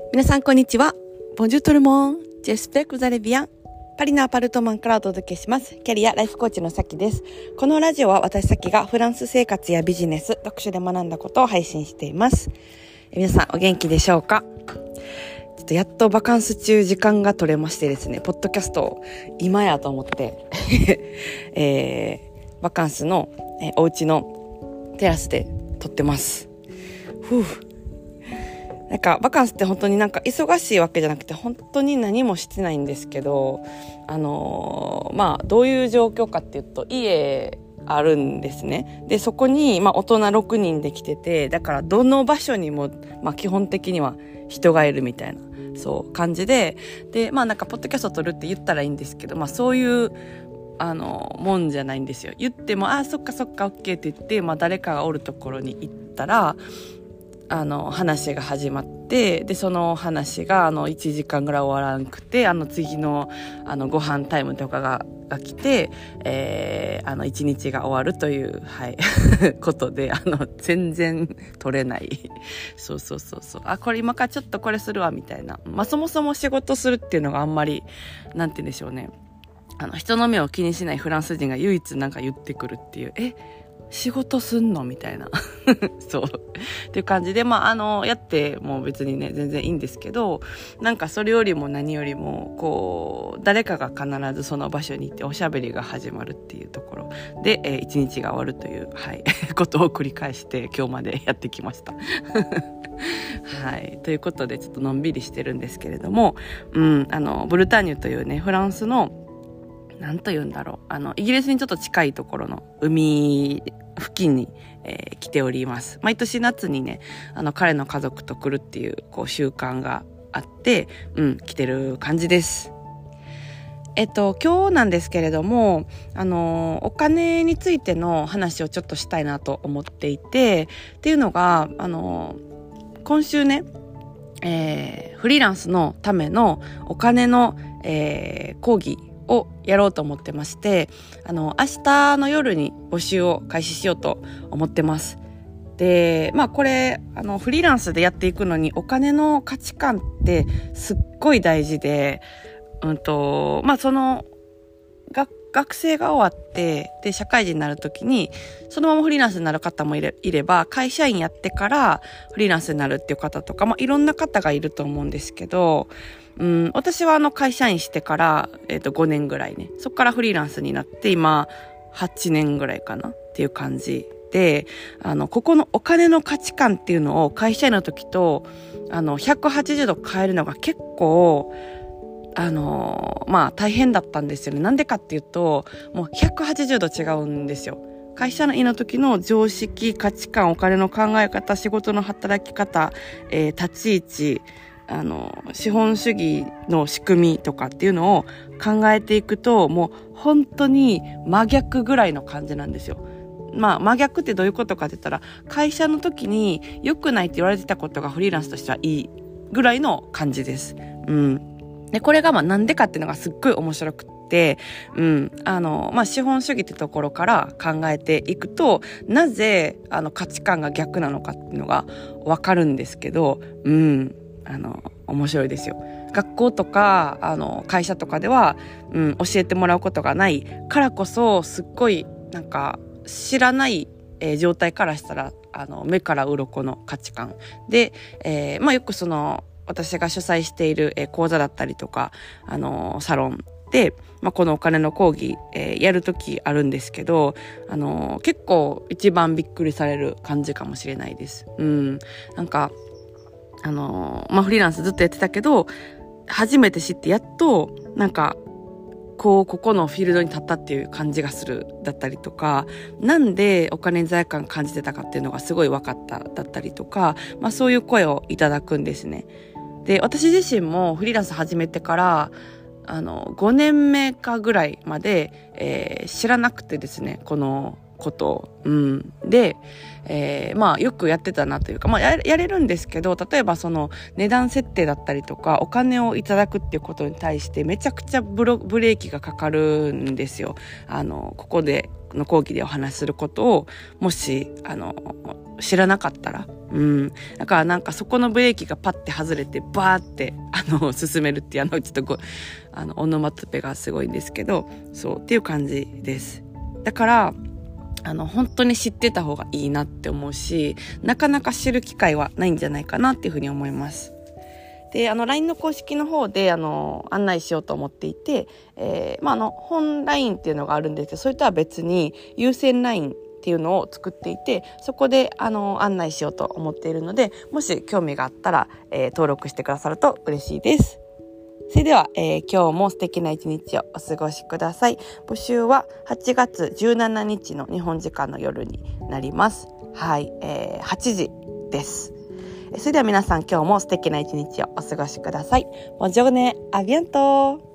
皆さんこんにちは。Bonjour tout le monde. J'espère que vous allez bien. パリのアパルトマンからお届けします。キャリアライフコーチのさきです。このラジオは私さきがフランス生活やビジネス、読書で学んだことを配信しています。皆さんお元気でしょうか？ちょっとやっとバカンス中時間が取れましてですね、ポッドキャストを今やと思って、バカンスの、お家のテラスで撮ってます。なんかバカンスって本当になんか忙しいわけじゃなくて本当に何もしてないんですけど、どういう状況かっていうと、家あるんですね。でそこに大人6人で来てて、だからどの場所にも基本的には人がいるみたいなそう感じで、なんかポッドキャスト撮るって言ったらいいんですけど、そういうもんじゃないんですよ。言ってもそっかオッケーって言って、誰かがおるところに行ったら話が始まって、でその話が1時間ぐらい終わらなくて、次のご飯タイムとかが来て、1日が終わるという、ことで全然取れないそうこれ今からちょっとこれするわみたいな、そもそも仕事するっていうのがあんまりなんて言うんでしょうね、人の目を気にしないフランス人が唯一なんか言ってくるっていう、仕事すんのみたいなそうっていう感じで、やっても別にね全然いいんですけど、なんかそれよりも何よりもこう誰かが必ずその場所に行っておしゃべりが始まるっていうところで、一日が終わるということを繰り返して今日までやってきましたということでちょっとのんびりしてるんですけれども、ブルターニュというねフランスのなんと言うんだろう、イギリスにちょっと近いところの海付近に、来ております。毎年夏にね彼の家族と来るっていう習慣があって、来てる感じです。今日なんですけれども、お金についての話をちょっとしたいなと思っていて、っていうのが今週ね、フリーランスのためのお金の、講義をやろうと思ってまして、明日の夜に募集を開始しようと思ってます。で、これフリーランスでやっていくのにお金の価値観ってすっごい大事で、その学生が終わってで社会人になるときにそのままフリーランスになる方もいれば、会社員やってからフリーランスになるっていう方とか、いろんな方がいると思うんですけど、私は会社員してから、5年ぐらいね、そこからフリーランスになって今8年ぐらいかなっていう感じで、ここのお金の価値観っていうのを会社員の時と180度変えるのが結構大変だったんですよね。なんでかっていうと、もう180度違うんですよ。会社員の時の常識、価値観、お金の考え方、仕事の働き方、立ち位置、資本主義の仕組みとかっていうのを考えていくと、もう本当に真逆ぐらいの感じなんですよ。真逆ってどういうことかって言ったら、会社の時に良くないって言われてたことがフリーランスとしてはいいぐらいの感じです。で、これがなんでかっていうのがすっごい面白くって、資本主義ってところから考えていくと、なぜ価値観が逆なのかっていうのがわかるんですけど、面白いですよ。学校とか会社とかでは、教えてもらうことがないからこそ、すっごいなんか知らない、状態からしたら目から鱗の価値観で、よく私が主催している講座だったりとかサロンで、このお金の講義、やるときあるんですけど、結構一番びっくりされる感じかもしれないです。なんかフリーランスずっとやってたけど、初めて知ってやっとなんかここのフィールドに立ったっていう感じがするだったりとか、なんでお金に罪悪感感じてたかっていうのがすごい分かっただったりとか、そういう声をいただくんですね。で、私自身もフリーランス始めてから5年目かぐらいまで、知らなくてですね、このこと、で、よくやってたなというか、やれるんですけど、例えばその値段設定だったりとか、お金をいただくっていうことに対してめちゃくちゃブレーキがかかるんですよ。ここでの講義でお話しすることをもし知らなかったら、だからなんかそこのブレーキがパッて外れてバーって進めるっていうちょっとオノマトペがすごいんですけど、そうっていう感じです。だから本当に知ってた方がいいなって思うし、なかなか知る機会はないんじゃないかなっていうふうに思います。で、LINE の公式の方で案内しようと思っていて、本 LINE っていうのがあるんですけど、それとは別に優先 LINE っていうのを作っていて、そこで案内しようと思っているので、もし興味があったら、登録してくださると嬉しいです。それでは、今日も素敵な一日をお過ごしください。募集は8月17日の日本時間の夜になります。はい、8時です。それでは皆さん、今日も素敵な一日をお過ごしください。ボンジョルネ、アビアント。